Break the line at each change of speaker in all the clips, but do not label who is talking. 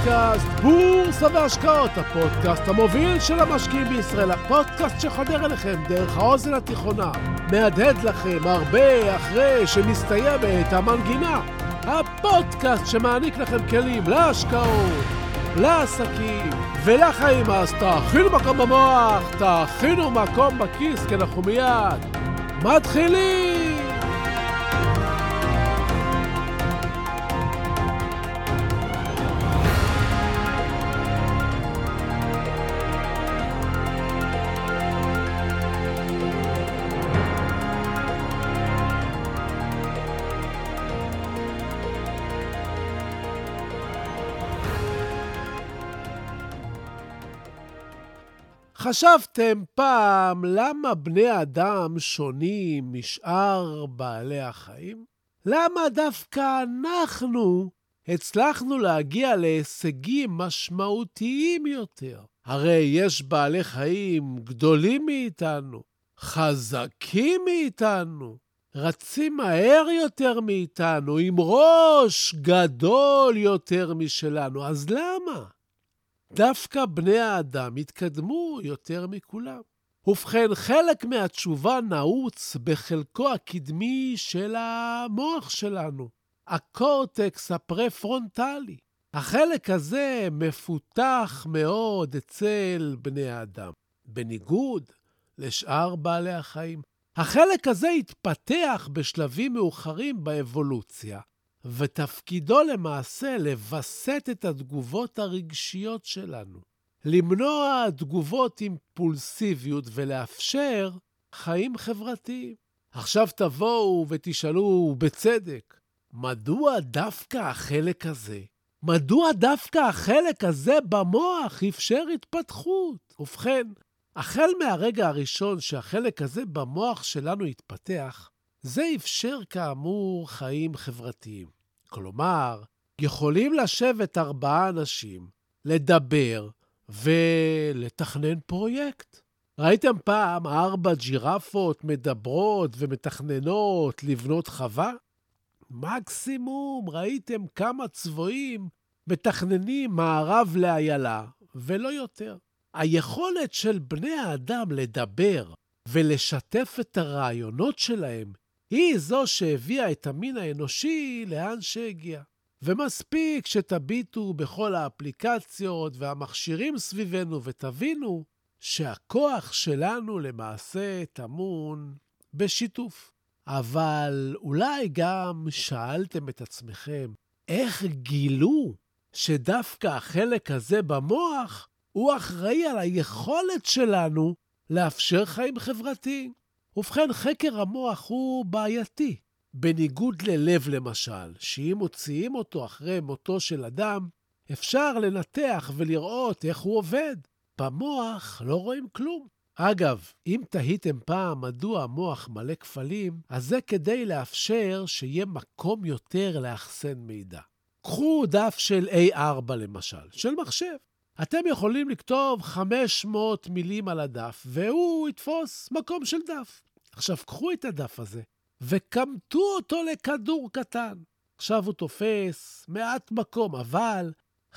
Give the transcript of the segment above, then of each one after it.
לפודקאסט בורסה והשקעות, הפודקאסט המוביל של המשקיעים בישראל, הפודקאסט שחודר אליכם דרך האוזן התיכונה, מהדהד לכם הרבה אחרי שמסתיימת המנגינה, הפודקאסט שמעניק לכם כלים להשקעות, לעסקים ולחיים. אז תכינו מקום במוח, תכינו מקום בכיס, כי אנחנו מיד מתחילים. חשבתם פעם למה בני אדם שונים משאר בעלי החיים? למה דווקא אנחנו הצלחנו להגיע להישגים משמעותיים יותר? הרי יש בעלי חיים גדולים מאיתנו, חזקים מאיתנו, רצים מהר יותר מאיתנו, עם ראש גדול יותר משלנו. אז למה? דווקא בני האדם התקדמו יותר מכולם. ובכן, חלק מהתשובה נעוץ בחלקו הקדמי של המוח שלנו, הקורטקס הפרפרונטלי. החלק הזה מפותח מאוד אצל בני האדם, בניגוד לשאר בעלי החיים. החלק הזה התפתח בשלבים מאוחרים באבולוציה, ותפקידו למעשה לבסט את התגובות הרגשיות שלנו, למנוע תגובות אימפולסיביות ולאפשר חיים חברתיים. עכשיו תבואו ותשאלו בצדק, מדוע דווקא החלק הזה? מדוע דווקא החלק הזה במוח אפשר התפתחות? ובכן, החל מהרגע הראשון שהחלק הזה במוח שלנו התפתח, זה אפשר כאמור חיים חברתיים. כלומר, יכולים לשבת 4 אנשים, לדבר ולתכנן פרויקט. ראיתם פעם 4 ג'ירפות מדברות ומתכננות לבנות חווה? מקסימום ראיתם כמה צבועים מתכננים מערב לאיילה, ולא יותר. היכולת של בני האדם לדבר ולשתף את הרעיונות שלהם היא זו שהביאה את המין האנושי לאן שהגיע. ומספיק שתביטו בכל האפליקציות והמכשירים סביבנו ותבינו שהכוח שלנו למעשה טמון בשיתוף. אבל אולי גם שאלתם את עצמכם, איך גילו שדווקא החלק הזה במוח הוא אחראי על היכולת שלנו לאפשר חיים חברתיים? ובכן, חקר המוח הוא בעייתי, בניגוד ללב למשל, שאם מוציאים אותו אחרי מותו של אדם, אפשר לנתח ולראות איך הוא עובד. במוח לא רואים כלום. אגב, אם תהיתם פעם מדוע המוח מלא כפלים, אז זה כדי לאפשר שיהיה מקום יותר לאחסן מידע. קחו דף של A4 למשל, של מחשב. אתם יכולים לכתוב 500 מילים על הדף, והוא יתפוס מקום של דף. עכשיו, קחו את הדף הזה, וקמתו אותו לכדור קטן. עכשיו הוא תופס מעט מקום, אבל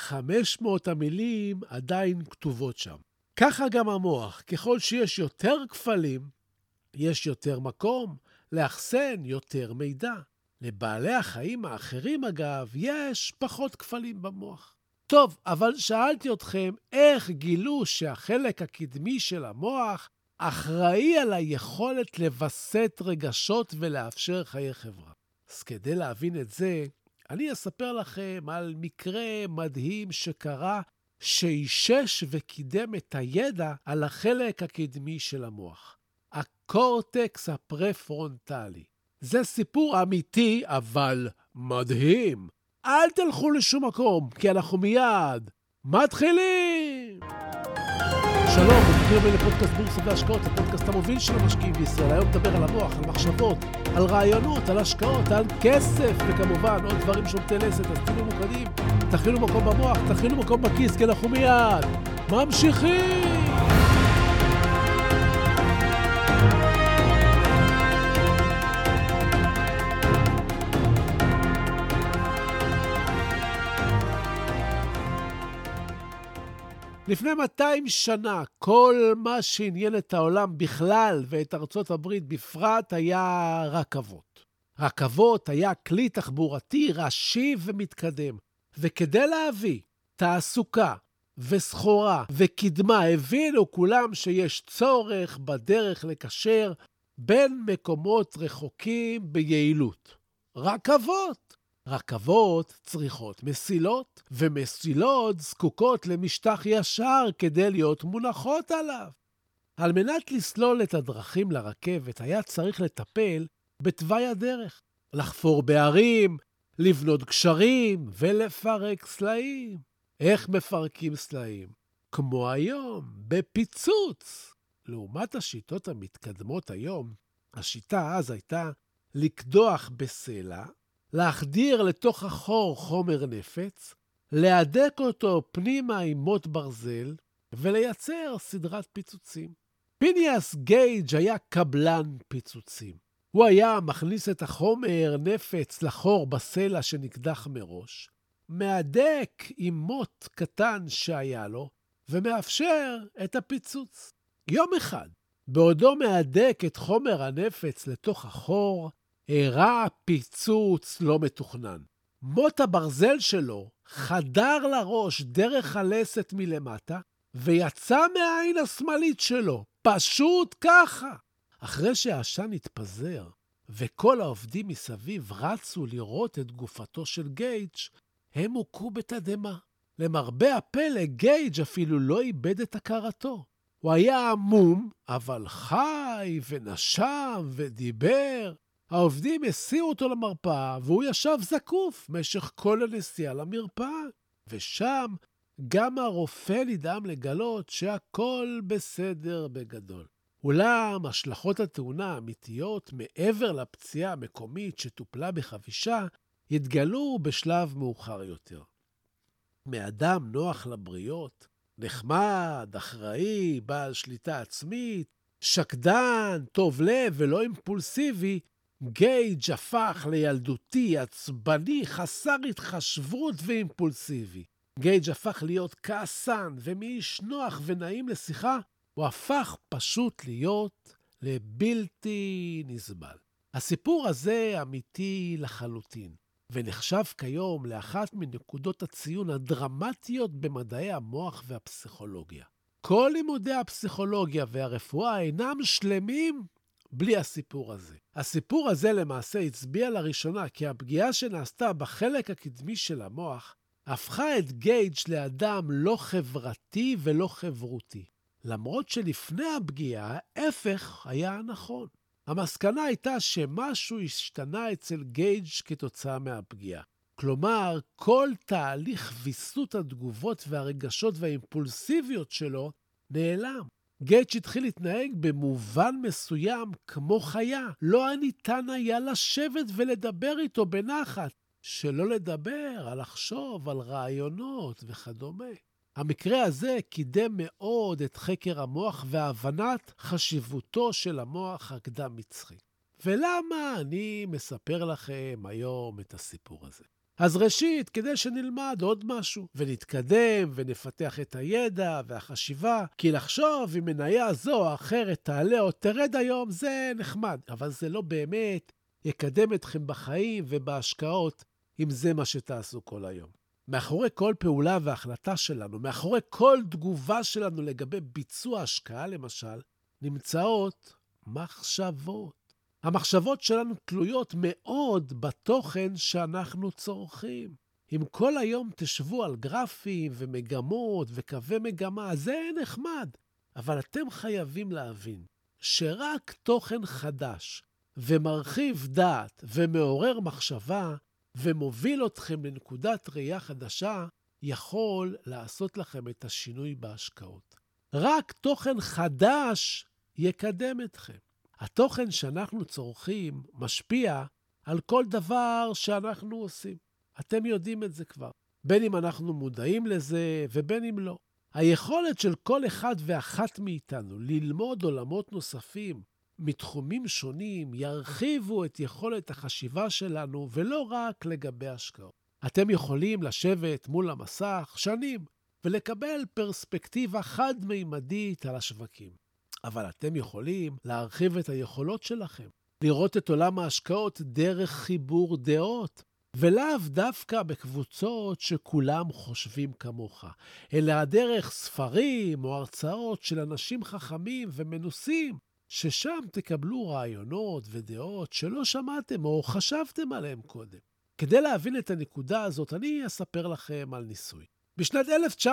500 המילים עדיין כתובות שם. ככה גם המוח, ככל שיש יותר כפלים, יש יותר מקום לאחסן יותר מידע. לבעלי החיים האחרים, אגב, יש פחות כפלים במוח. טוב, אבל שאלתי אתכם, איך גילו שהחלק הקדמי של המוח אחראי על היכולת לבסט רגשות ולאפשר חיי חברה? אז כדי להבין את זה, אני אספר לכם על מקרה מדהים שקרה, שאישש וקידם את הידע על החלק הקדמי של המוח, הקורטקס הפרפרונטלי. זה סיפור אמיתי, אבל מדהים. אל תלכו לשום מקום, כי אנחנו מיד מתחילים! שלום, ברוכים הבאים לפודקאסט בורסה והשקעות, הפודקאסט המוביל של המשקיעים בישראל. היום נדבר על המוח, על מחשבות, על רעיונות, על השקעות, על כסף, וכמובן עוד דברים שומטי לסת. אז תהיו ממוקדים, תכינו מקום במוח, תכינו מקום בכיס, כי אנחנו מיד ממשיכים! לפני 200 שנה, כל מה שעניין את העולם בכלל ואת ארצות הברית בפרט היה רכבות. רכבות היה כלי תחבורתי ראשי ומתקדם. וכדי להביא תעסוקה וסחורה וקדמה, הבינו כולם שיש צורך בדרך לקשר בין מקומות רחוקים ביעילות. רכבות צריכות מסילות, ומסילות זקוקות למשטח ישר כדי להיות מונחות עליו. על מנת לסלול את הדרכים לרכבת היה צריך לטפל בתוואי הדרך, לחפור בערים, לבנות גשרים ולפרק סלעים. איך מפרקים סלעים? כמו היום, בפיצוץ. לעומת השיטות המתקדמות היום, השיטה אז הייתה לקדוח בסלע, להחדיר לתוך החור חומר נפץ, להדק אותו פנימה עם מוט ברזל, ולייצר סדרת פיצוצים. פיניאס גייג' היה קבלן פיצוצים. הוא היה מכניס את החומר נפץ לחור בסלע שנקדח מראש, מהדק עם מוט קטן שהיה לו, ומאפשר את הפיצוץ. יום אחד, בעודו מהדק את חומר הנפץ לתוך החור, הראה פיצוץ לא מתוכנן. מוט הברזל שלו חדר לראש דרך הלסת מלמטה, ויצא מהעין השמאלית שלו, פשוט ככה. אחרי שהעשן התפזר, וכל העובדים מסביב רצו לראות את גופתו של גייג', הם הוכו בתדהמה. למרבה הפלא, גייג' אפילו לא איבד את הכרתו. הוא היה עמום, אבל חי ונשם ודיבר. העובדים הסיעו אותו למרפאה, והוא ישב זקוף משך כל הנסיעה למרפאה. ושם גם הרופא נדהם לגלות שהכל בסדר בגדול. אולם השלכות התאונה האמיתיות מעבר לפציעה המקומית שטופלה בחבישה, התגלו בשלב מאוחר יותר. מאדם נוח לבריות, נחמד, אחראי, בעל שליטה עצמית, שקדן, טוב לב ולא אימפולסיבי, גייג' הפך לילדותי, עצבני, חסר התחשבות ואימפולסיבי. גייג' הפך להיות כעסן ומאיש נוח ונעים לשיחה, הוא הפך פשוט להיות לבלתי נסבל. הסיפור הזה אמיתי לחלוטין, ונחשב כיום לאחת מנקודות הציון הדרמטיות במדעי המוח והפסיכולוגיה. כל לימודי הפסיכולוגיה והרפואה אינם שלמים בלי הסיפור הזה. הסיפור הזה למעשה הצביע לראשונה כי הפגיעה שנעשתה בחלק הקדמי של המוח הפכה את גייג' לאדם לא חברתי ולא חברותי. למרות שלפני הפגיעה, ההפך היה נכון. המסקנה הייתה שמשהו השתנה אצל גייג' כתוצאה מהפגיעה. כלומר, כל תהליך ויסות התגובות והרגשות והאימפולסיביות שלו נעלם. גייג' התחיל להתנהג במובן מסוים כמו חיה. לא ניתן היה לשבת ולדבר איתו בנחת, שלא לדבר על לחשוב על רעיונות וכדומה. המקרה הזה קידם מאוד את חקר המוח והבנת חשיבותו של המוח הקדם-מצחי. ולמה אני מספר לכם היום את הסיפור הזה? אז ראשית, כדי שנלמד עוד משהו, ונתקדם ונפתח את הידע והחשיבה, כי לחשוב אם מניה זו או אחרת תעלה או תרד היום, זה נחמד, אבל זה לא באמת יקדם אתכם בחיים ובהשקעות, אם זה מה שתעשו כל היום. מאחורי כל פעולה והחלטה שלנו, מאחורי כל תגובה שלנו לגבי ביצוע השקעה למשל, נמצאות מחשבות. המחשבות שלנו תלויות מאוד בתוכן שאנחנו צורכים. אם כל היום תשבו על גרפים ומגמות וקווי מגמה, זה נחמד. אבל אתם חייבים להבין שרק תוכן חדש ומרחיב דעת ומעורר מחשבה ומוביל אתכם לנקודת ראייה חדשה, יכול לעשות לכם את השינוי בהשקעות. רק תוכן חדש יקדם אתכם. התוכן שאנחנו צורכים משפיע על כל דבר שאנחנו עושים. אתם יודעים את זה כבר. בין אם אנחנו מודעים לזה ובין אם לא. היכולת של כל אחד ואחת מאיתנו ללמוד עולמות נוספים מתחומים שונים ירחיבו את יכולת החשיבה שלנו ולא רק לגבי השקעות. אתם יכולים לשבת מול המסך שנים ולקבל פרספקטיבה חד-מימדית על השווקים. אבל אתם יכולים להרחיב את היכולות שלכם, לראות את עולם ההשקעות דרך חיבור דעות, ולאו דווקא בקבוצות שכולם חושבים כמוך, אלא דרך ספרים או הרצאות של אנשים חכמים ומנוסים, ששם תקבלו רעיונות ודעות שלא שמעתם או חשבתם עליהם קודם. כדי להבין את הנקודה הזאת, אני אספר לכם על ניסוי. בשנת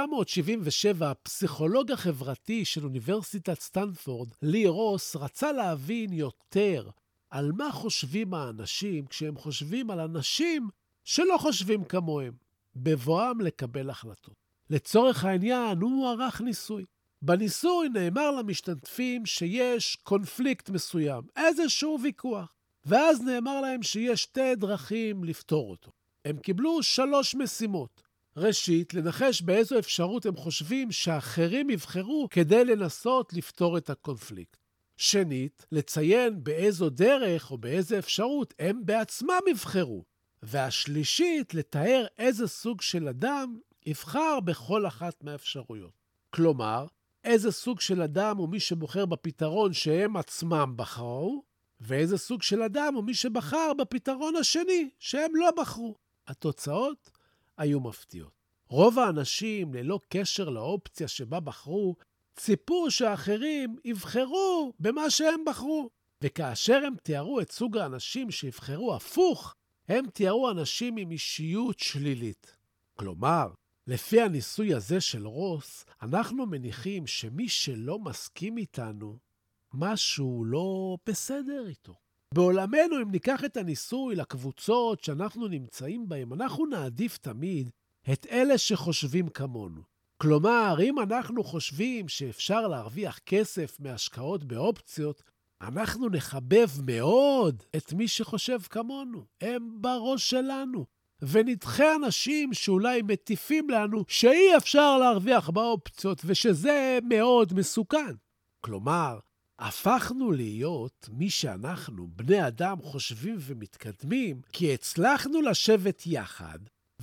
1977, הפסיכולוג החברתי של אוניברסיטת סטנפורד, לי רוס, רצה להבין יותר על מה חושבים האנשים כשהם חושבים על אנשים שלא חושבים כמוהם, בבואם לקבל החלטות. לצורך העניין, הוא ערך ניסוי. בניסוי נאמר למשתתפים שיש קונפליקט מסוים, איזשהו ויכוח, ואז נאמר להם שיש 2 דרכים לפתור אותו. הם קיבלו 3 משימות. ראשית, לנחש באיזו אפשרות הם חושבים שאחרים יבחרו כדי לנסות לפתור את הקונפליקט. שנית, לציין באיזו דרך או באיזו אפשרות הם בעצמם יבחרו. והשלישית, לתאר איזה סוג של אדם יבחר בכל אחת מהאפשרויות. כלומר, איזה סוג של אדם הוא מי שבוחר בפתרון שהם עצמם בחרו, ואיזה סוג של אדם הוא מי שבחר בפתרון השני שהם לא בחרו. התוצאות היו מפתיעות. רוב האנשים, ללא קשר לאופציה שבה בחרו, ציפו שאחרים יבחרו במה שהם בחרו. וכאשר הם תיארו את סוג האנשים שיבחרו הפוך, הם תיארו אנשים עם אישיות שלילית. כלומר, לפי הניסוי הזה של רוס, אנחנו מניחים שמי שלא מסכים איתנו, משהו לא בסדר איתו. בעולמנו, אם ניקח את הניסוי לקבוצות שאנחנו נמצאים בהן, אנחנו נעדיף תמיד את אלה שחושבים כמונו. כלומר, אם אנחנו חושבים שאפשר להרוויח כסף מהשקעות באופציות, אנחנו נחבב מאוד את מי שחושב כמונו. הם בראש שלנו. ונדחה אנשים שאולי מטיפים לנו שאי אפשר להרוויח באופציות ושזה מאוד מסוכן. כלומר, הפכנו להיות מי שאנחנו, בני אדם, חושבים ומתקדמים, כי הצלחנו לשבת יחד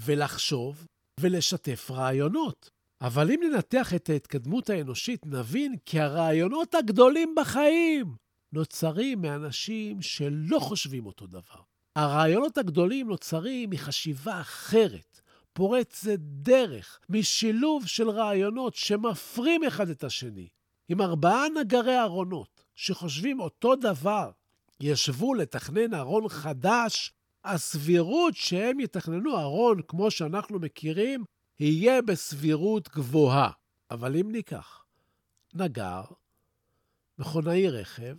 ולחשוב ולשתף רעיונות. אבל אם ננתח את ההתקדמות האנושית, נבין כי הרעיונות הגדולים בחיים נוצרים מאנשים שלא חושבים אותו דבר. הרעיונות הגדולים נוצרים מחשיבה אחרת, פורצת דרך, משילוב של רעיונות שמפרים אחד את השני. אם 4 נגרי ארונות שחושבים אותו דבר ישבו לתכנן ארון חדש, הסבירות שהם יתכננו ארון כמו שאנחנו מכירים, יהיה בסבירות גבוהה. אבל אם ניקח נגר, מכונאי רכב,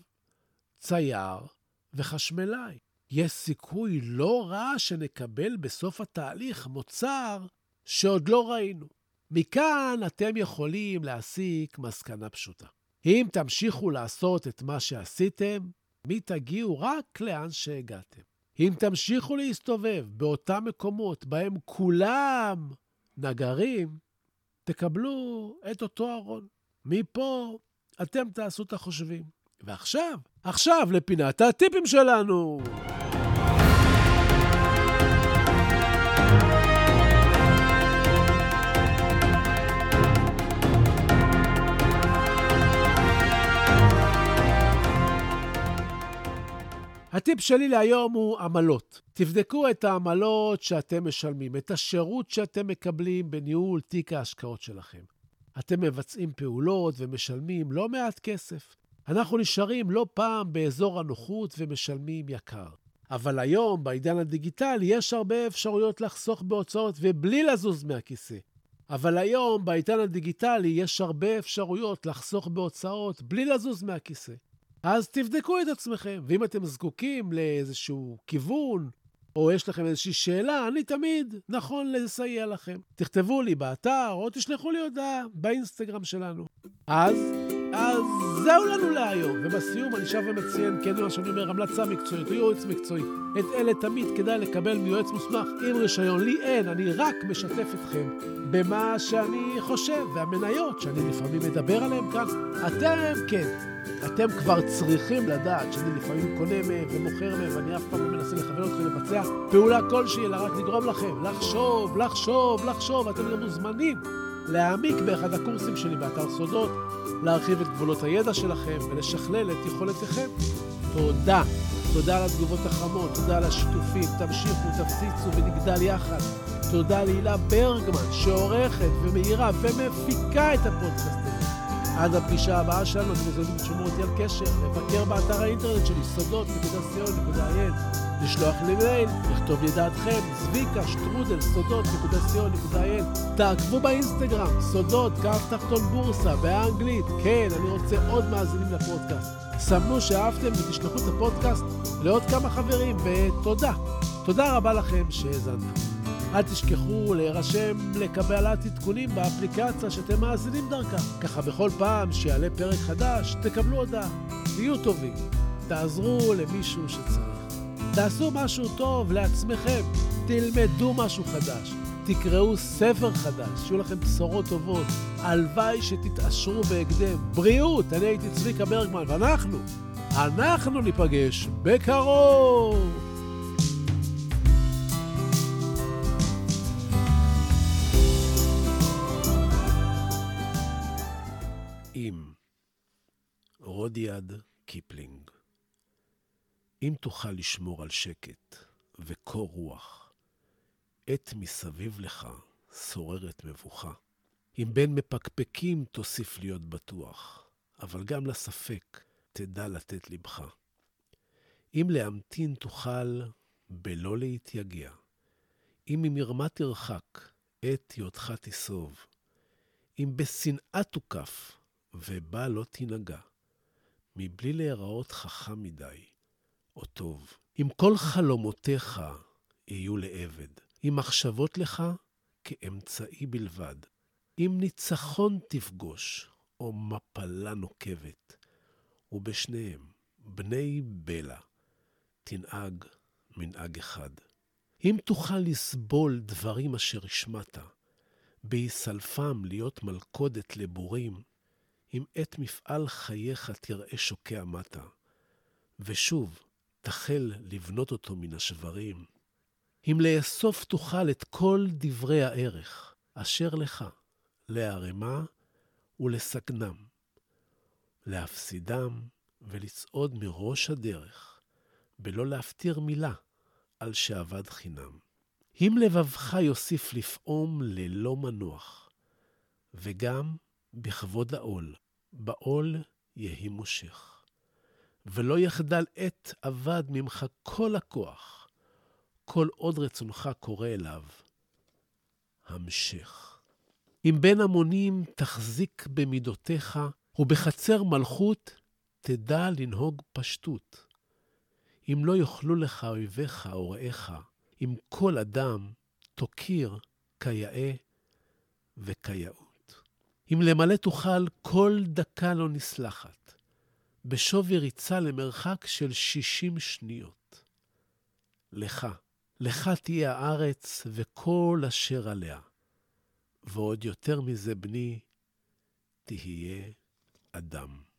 צייר וחשמלאי, יש סיכוי לא רע שנקבל בסוף התהליך מוצר שעוד לא ראינו. מכאן אתם יכולים להסיק מסקנה פשוטה. אם תמשיכו לעשות את מה שעשיתם, מי תגיעו רק לאן שהגעתם. אם תמשיכו להסתובב באותם מקומות בהם כולם נגרים, תקבלו את אותו ארון. מפה אתם תעשו את החושבים. ועכשיו לפינת הטיפים שלנו. הטיפ שלי להיום הוא עמלות. תבדקו את העמלות שאתם משלמים, את השירות שאתם מקבלים בניהול תיק ההשקעות שלכם. אתם מבצעים פעולות ומשלמים לא מעט כסף. אנחנו נשארים לא פעם באזור הנוחות ומשלמים יקר. אבל היום, בעידן הדיגיטלי, יש הרבה אפשרויות לחסוך בהוצאות ובלי לזוז מהכיסא. אבל היום, בעידן הדיגיטלי, יש הרבה אפשרויות לחסוך בהוצאות בלי לזוז מהכיסא. אז תבדקו את עצמכם, ואם אתם זקוקים לאיזשהו כיוון, או יש לכם איזושהי שאלה, אני תמיד נכון לסייע לכם. תכתבו לי באתר, או תשלחו לי הודעה באינסטגרם שלנו. אז זהו לנו להיום, ובסיום אני שב ומציין, כן מה שאני אומר, המלצה מקצועית או יועץ מקצועי. את אלה תמיד כדאי לקבל מיועץ מוסמך עם רישיון. לי אין, אני רק משתף אתכם במה שאני חושב, והמניות שאני לפעמים מדבר עליהם כאן. אתם כבר צריכים לדעת שאני לפעמים קונה מהם ומוכר מהם, ואני אף פעם לא מנסה לכוון אתכם לבצע פעולה כלשהי, אלא רק לגרום לכם לחשוב. אתם לא מוזמנים להעמיק באחד הקורסים שלי באתר סודות, להרחיב את גבולות הידע שלכם ולשכלל את יכולתכם. תודה. תודה על התגובות החמות, תודה על השיתופים, תמשיכו, תפציצו ונגדל יחד. תודה להילה ברגמן שעורכת ומאירה ומפיקה את הפודקאסט הזה. עד הפגישה הבאה שלנו, אתם מוזמנים לשמור אותי על קשר, לבקר באתר האינטרנט שלי, סודות.co.il, לשלוח לי מייל, לכתוב ידעתכם, zvika@sodot.co.il, תעקבו באינסטגרם, סודות, _בורסה, באנגלית, כן, אני רוצה עוד מאזינים לפודקאסט. סמנו שאהבתם ותשלחו את הפודקאסט לעוד כמה חברים, ותודה. תודה רבה לכם שהאזנתם. אל תשכחו להירשם לקבלת עדכונים באפליקציה שאתם מאזינים דרכה. ככה בכל פעם שיעלה פרק חדש, תקבלו הודעה. תהיו טובים. תעזרו למישהו שצריך. תעשו משהו טוב לעצמכם. תלמדו משהו חדש. תקראו ספר חדש. שיהיו לכם בשורות טובות. הלוואי שתתעשרו בהקדם. בריאות. אני הייתי צביקה ברגמן, ואנחנו ניפגש בקרוב. אם רודיעד קיפלינג, אם תוכל לשמור על שקט וקור רוח, עת מסביב לך שוררת מבוכה. אם בין מפקפקים תוסיף להיות בטוח, אבל גם לספק תדע לתת לבך. אם להמתין תוכל בלא להתייגע, אם ממרמה תרחק, עת היותך תסוב, אם בשנאה תוקף, ובה לא תנגע, מבלי להיראות חכם מדי, או טוב. אם כל חלומותיך יהיו לעבד, אם מחשבות לך כאמצעי בלבד, אם ניצחון תפגוש, או מפלה נוקבת, ובשניהם, בני בלה, תנהג מנהג אחד. אם תוכל לסבול דברים אשר השמעת, ביסלפם להיות מלכודת לבורים, אם עת מפעל חייך תראה שוקע מטה, ושוב תחל לבנות אותו מן השברים, אם לאסוף תוכל את כל דברי הערך, אשר לך, להרמה ולסגנם, להפסידם ולצעוד מראש הדרך, בלא להפתיר מילה על שעבד חינם. אם לבבך יוסיף לפעום ללא מנוח, וגם בכבוד העול, בעול יהי מושך, ולא יחדל עת עבד ממך כל הכוח, כל עוד רצונך קורא אליו, המשך. אם בין המונים תחזיק במידותיך, ובחצר מלכות תדע לנהוג פשטות. אם לא יוכלו לך אויביך או רעיך, אם כל אדם תוקיר כיאה וכיאות. אם למלא תוכל כל דקה לא נסלחת, בשווי ריצה למרחק של 60 שניות. לך תהיה הארץ וכל אשר עליה, ועוד יותר מזה בני, תהיה אדם.